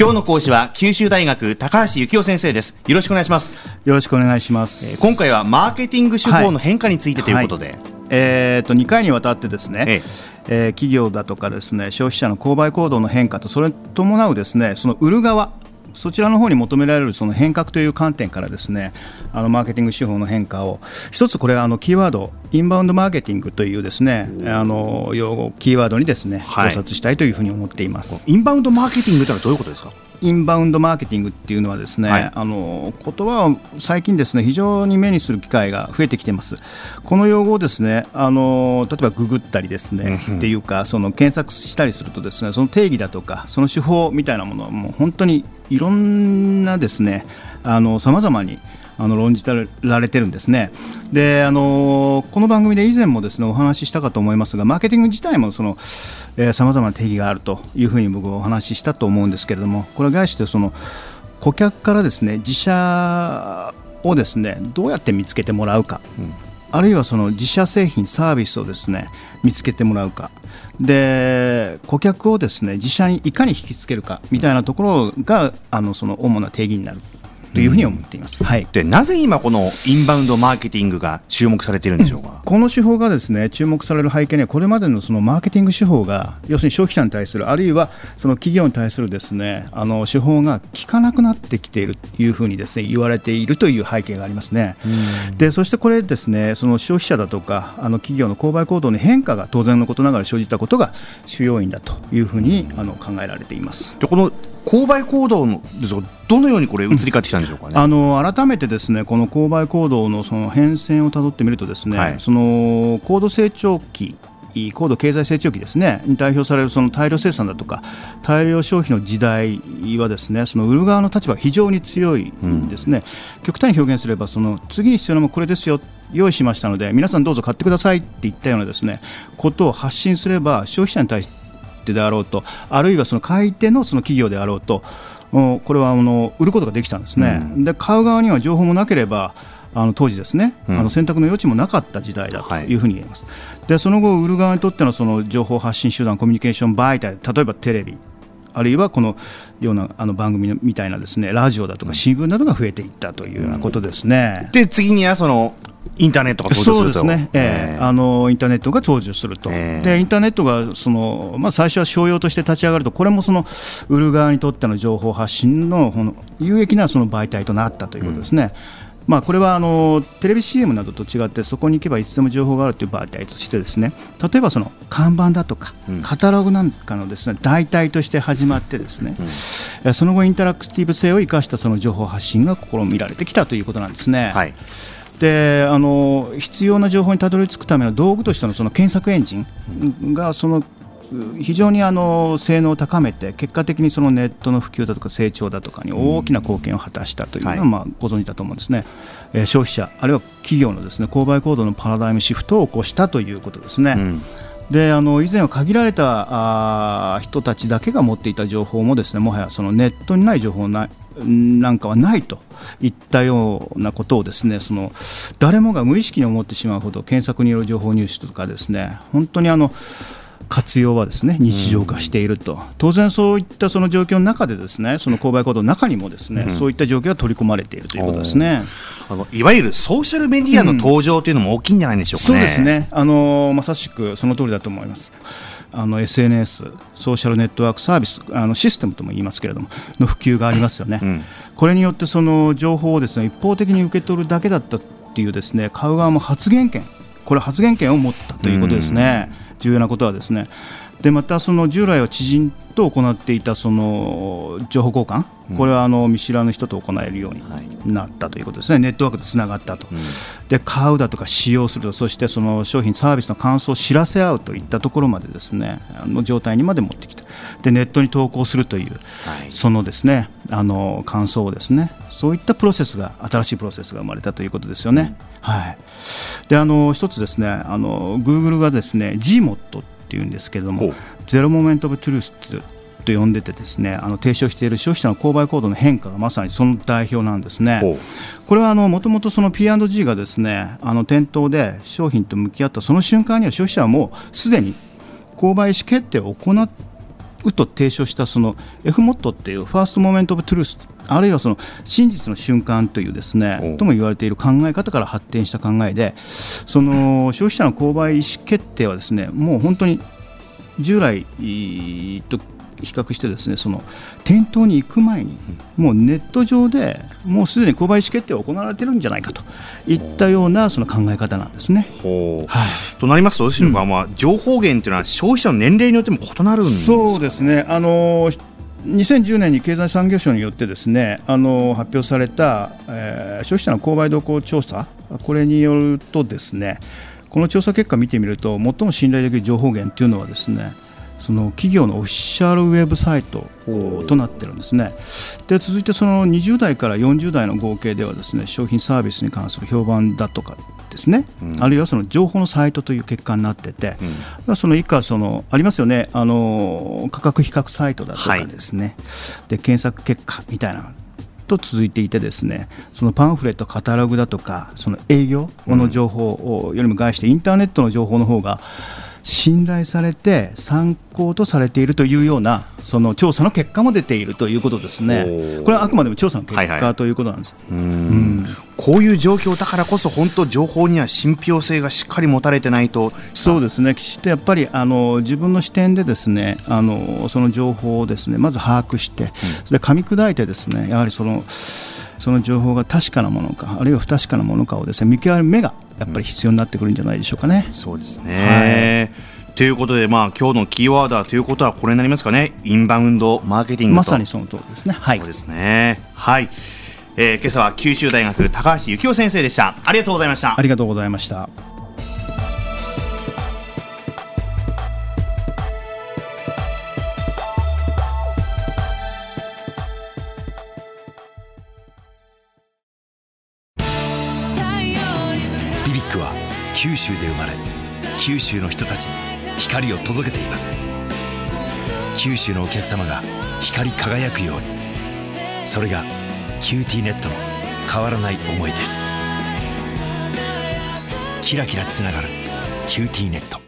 今日の講師は九州大学高橋幸雄先生です。よろしくお願いします。 よろしくお願いします。 今回はマーケティング手法の変化についてということで、 2回にわたってですね、企業だとかですね、消費者の購買行動の変化とそれに伴うですね、その売る側、そちらの方に求められるその変革という観点からですね、マーケティング手法の変化を一つ、これはキーワードインバウンドマーケティングというですね、用語キーワードにですね、考察したいというふうに思っています。 インバウンドマーケティングというのはどういうことですか？ インバウンドマーケティングっていうのはですね、言葉を最近ですね、非常に目にする機会が増えてきています。この用語をですね、例えばググったりですね、っていうか、その検索したりするとですね、その定義だとかその手法みたいなものはもう本当にいろんなですね、様々に論じられてるんですね。で、この番組で以前もですねお話ししたかと思いますが、マーケティング自体もその様々な定義があるというふうに僕はお話ししたと思うんですけれども、これに対してその顧客からですね、自社をですねどうやって見つけてもらうか、あるいはその自社製品サービスをですね見つけてもらうかで、顧客をですね自社にいかに引きつけるかみたいなところがその主な定義になるというふうに思っています。 で、なぜ今このインバウンドマーケティングが注目されているんでしょうか？ この手法がですね注目される背景には、これまでのそのマーケティング手法が要するに消費者に対する、あるいはその企業に対するですね手法が効かなくなってきているというふうにですね言われているという背景がありますね。で、そしてこれですね、その消費者だとか企業の購買行動に変化が当然のことながら生じたことが主要因だというふうに考えられています。 で、この購買行動のどのようにこれ移り変わってきたんでしょうかね？ 改めてですね、この購買行動のその変遷をたどってみるとですね、その高度成長期、高度経済成長期ですねに代表されるその大量生産だとか大量消費の時代はですね、その売る側の立場が非常に強いんですね。極端に表現すれば、その次に必要なものこれですよ、用意しましたので皆さんどうぞ買ってくださいっていったようなですねことを発信すれば、消費者に対してであろうと、あるいはその買い手のその企業であろうと、これは売ることができたんですね。で、買う側には情報もなければ当時ですね、選択の余地もなかった時代だというふうに言えます。で、その後売る側にとってのその情報発信手段、コミュニケーション媒体、例えばテレビ、あるいはこのような番組みたいなですねラジオだとか新聞などが増えていったというようなことですね。 で、次にはそのインターネットが登場すると。 そうですね、インターネットが登場すると。で、インターネットがその、最初は商用として立ち上がると、これもその売る側にとっての情報発信の有益なその媒体となったということですね。これはテレビ CM などと違って、そこに行けばいつでも情報があるという媒体としてですね、例えばその看板だとかカタログなんかのですね代替として始まってですね、その後インタラクティブ性を生かしたその情報発信が試みられてきたということなんですね。で、必要な情報にたどり着くための道具としてのその検索エンジンがその非常に性能を高めて、結果的にそのネットの普及だとか成長だとかに大きな貢献を果たしたというのはご存知だと思うんですね。消費者あるいは企業のですね購買行動のパラダイムシフトを起こしたということですね。で、以前は限られた人たちだけが持っていた情報もですね、もはやそのネットにない情報なんかはないといったようなことをですね、その誰もが無意識に思ってしまうほど検索による情報入手とかですね、本当に活用はですね日常化していると。当然そういったその状況の中でですね、その購買行動の中にもですね、そういった状況が取り込まれているということですね。 いわゆるソーシャルメディアの登場というのも大きいんじゃないでしょうかね。 そうですね、まさしくその通りだと思います。SNS ソーシャルネットワークサービスシステムとも言いますけれどもの普及がありますよね。これによってその情報をですね一方的に受け取るだけだったっていうですね、買う側も発言権を持ったということですね。重要なことはですね。で、またその従来は知人と行っていたその情報交換、これは見知らぬ人と行えるようになったということですね。ネットワークでつながったと。で、買うだとか使用すると、そしてその商品サービスの感想を知らせ合うといったところまでですね状態にまで持ってきた。で、ネットに投稿するという、そのですね感想をですね、そういったプロセスが新しいプロセスが生まれたということですよね。で、一つですねGoogle がですね GMOT っていうんですけれども、ゼロモメントオブトゥルースと呼んでてですね、提唱している消費者の購買行動の変化がまさにその代表なんですね。これはもともとその P&G がですね店頭で商品と向き合ったその瞬間には消費者はもうすでに購買意思決定を行っと提唱したその F モットっていうファーストモメントオブトゥルース、あるいはその真実の瞬間というですねとも言われている考え方から発展した考えで、その消費者の購買意思決定はですねもう本当に従来と比較してですね、その店頭に行く前にもうネット上でもうすでに購買意思決定が行われているんじゃないかといったようなその考え方なんですね。 となりますと、情報源というのは消費者の年齢によっても異なるんですか？ そうですね、2010年に経済産業省によってですね発表された、消費者の購買動向調査、これによるとですね、この調査結果を見てみると最も信頼できる情報源というのはですね、その企業のオフィシャルウェブサイトとなっているんですね。で続いてその20代から40代の合計ではですね、商品サービスに関する評判だとかですね、あるいはその情報のサイトという結果になっていて、その以下ありますよね、価格比較サイトだとかですね、で検索結果みたいなと続いていてですね、そのパンフレット、カタログだとかその営業の情報よりも概してインターネットの情報の方が信頼されて参考とされているというようなその調査の結果も出ているということですね。これはあくまでも調査の結果ということなんです。 こういう状況だからこそ本当情報には信憑性がしっかり持たれてないと。 そうですね、きちっとやっぱり自分の視点でですねその情報をですねまず把握して、それで噛み砕いてですね、やはりその情報が確かなものかあるいは不確かなものかをですね見極める目がやっぱり必要になってくるんじゃないでしょうかね。 そうですね、ということで、今日のキーワードということはこれになりますかね。インバウンドマーケティングと。 まさにその通りですね。 そうですね。今朝は九州大学高橋幸雄先生でした。ありがとうございました。 ありがとうございました。 ビビックは九州で生まれ、九州の人たちに光を届けています。九州のお客様が光り輝くように、それがキューティーネットの変わらない思いです。キラキラつながるキューティーネット。